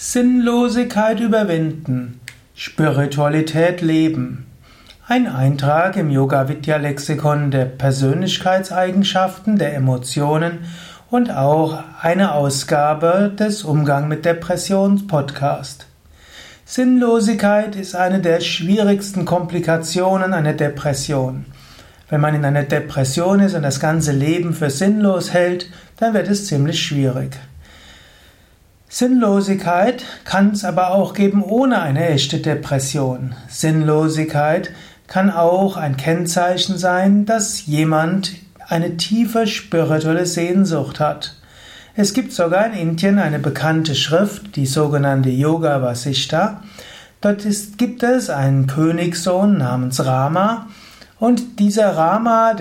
Sinnlosigkeit überwinden, Spiritualität leben. Ein Eintrag im Yoga-Vidya-Lexikon der Persönlichkeitseigenschaften, der Emotionen und auch eine Ausgabe des Umgang mit Depression Podcast. Sinnlosigkeit ist eine der schwierigsten Komplikationen einer Depression. Wenn man in einer Depression ist und das ganze Leben für sinnlos hält, dann wird es ziemlich schwierig. Sinnlosigkeit kann es aber auch geben ohne eine echte Depression. Sinnlosigkeit kann auch ein Kennzeichen sein, dass jemand eine tiefe spirituelle Sehnsucht hat. Es gibt sogar in Indien eine bekannte Schrift, die sogenannte Yoga Vasishtha. Dort gibt es einen Königssohn namens Rama und dieser Rama,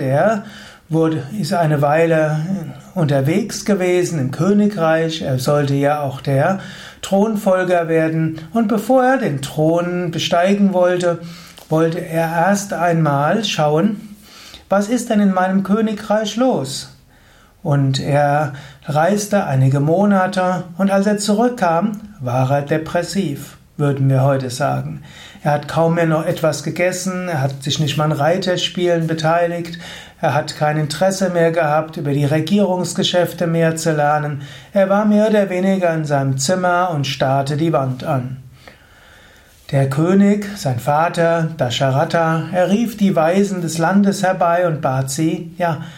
ist eine Weile unterwegs gewesen im Königreich. Er sollte ja auch der Thronfolger werden. Und bevor er den Thron besteigen wollte, wollte er erst einmal schauen, was ist denn in meinem Königreich los? Und er reiste einige Monate und als er zurückkam, war er depressiv, würden wir heute sagen. Er hat kaum mehr noch etwas gegessen, er hat sich nicht mal an Reiterspielen beteiligt, er hat kein Interesse mehr gehabt, über die Regierungsgeschäfte mehr zu lernen. Er war mehr oder weniger in seinem Zimmer und starrte die Wand an. Der König, sein Vater, Dasharatha, er rief die Weisen des Landes herbei und bat sie,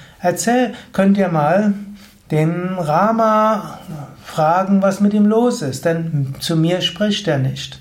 könnt ihr mal den Rama fragen, was mit ihm los ist, denn zu mir spricht er nicht.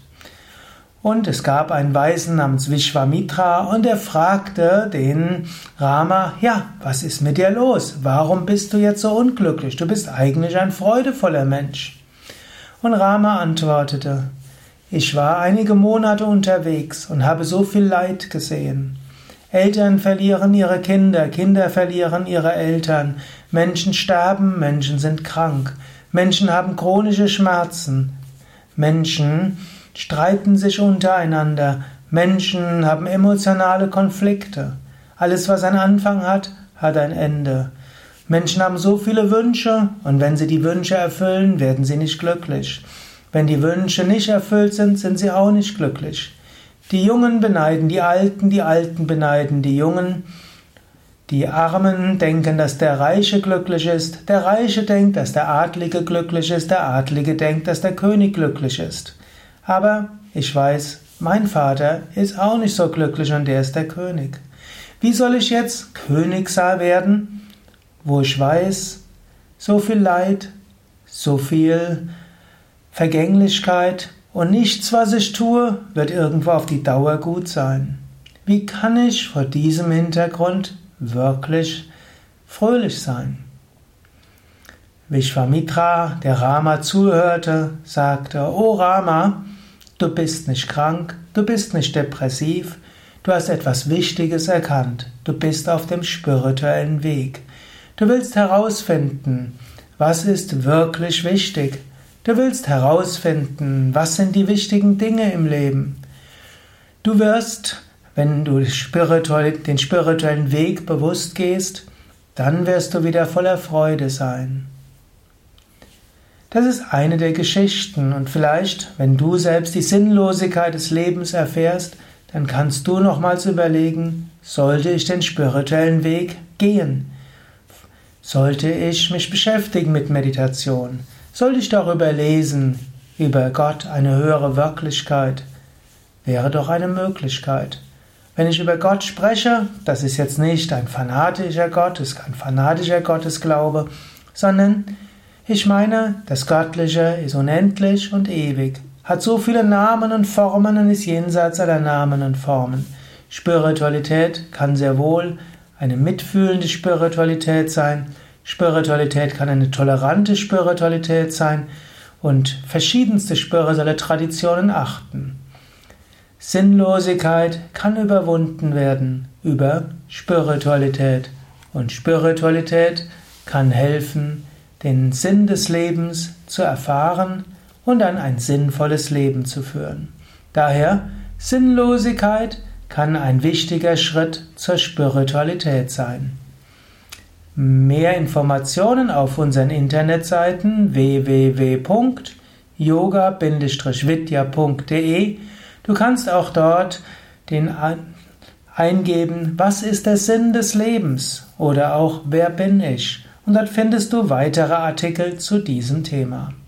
Und es gab einen Weisen namens Vishwamitra und er fragte den Rama, was ist mit dir los? Warum bist du jetzt so unglücklich? Du bist eigentlich ein freudevoller Mensch. Und Rama antwortete, ich war einige Monate unterwegs und habe so viel Leid gesehen. Eltern verlieren ihre Kinder, Kinder verlieren ihre Eltern, Menschen sterben, Menschen sind krank, Menschen haben chronische Schmerzen, Menschen streiten sich untereinander, Menschen haben emotionale Konflikte. Alles, was einen Anfang hat, hat ein Ende. Menschen haben so viele Wünsche und wenn sie die Wünsche erfüllen, werden sie nicht glücklich. Wenn die Wünsche nicht erfüllt sind, sind sie auch nicht glücklich. Die Jungen beneiden die Alten beneiden die Jungen. Die Armen denken, dass der Reiche glücklich ist, der Reiche denkt, dass der Adlige glücklich ist, der Adlige denkt, dass der König glücklich ist. Aber ich weiß, mein Vater ist auch nicht so glücklich und der ist der König. Wie soll ich jetzt König werden, wo ich weiß, so viel Leid, so viel Vergänglichkeit und nichts, was ich tue, wird irgendwo auf die Dauer gut sein. Wie kann ich vor diesem Hintergrund wirklich fröhlich sein? Vishwamitra, der Rama zuhörte, sagte, O Rama, du bist nicht krank, du bist nicht depressiv, du hast etwas Wichtiges erkannt, du bist auf dem spirituellen Weg. Du willst herausfinden, was ist wirklich wichtig. Du willst herausfinden, was sind die wichtigen Dinge im Leben. Du wirst, wenn du den spirituellen Weg bewusst gehst, dann wirst du wieder voller Freude sein. Das ist eine der Geschichten und vielleicht, wenn du selbst die Sinnlosigkeit des Lebens erfährst, dann kannst du nochmals überlegen, sollte ich den spirituellen Weg gehen? Sollte ich mich beschäftigen mit Meditation? Sollte ich darüber lesen, über Gott, eine höhere Wirklichkeit? Wäre doch eine Möglichkeit. Wenn ich über Gott spreche, das ist jetzt nicht ein fanatischer Gott, ist kein fanatischer Gottesglaube, sondern ich meine, das Göttliche ist unendlich und ewig, hat so viele Namen und Formen und ist jenseits aller Namen und Formen. Spiritualität kann sehr wohl eine mitfühlende Spiritualität sein. Spiritualität kann eine tolerante Spiritualität sein und verschiedenste spirituelle Traditionen achten. Sinnlosigkeit kann überwunden werden über Spiritualität und Spiritualität kann helfen, den Sinn des Lebens zu erfahren und dann ein sinnvolles Leben zu führen. Daher, Sinnlosigkeit kann ein wichtiger Schritt zur Spiritualität sein. Mehr Informationen auf unseren Internetseiten www.yoga-vidya.de yoga-vidya.de. Du kannst auch dort eingeben, was ist der Sinn des Lebens oder auch wer bin ich? Und dort findest du weitere Artikel zu diesem Thema.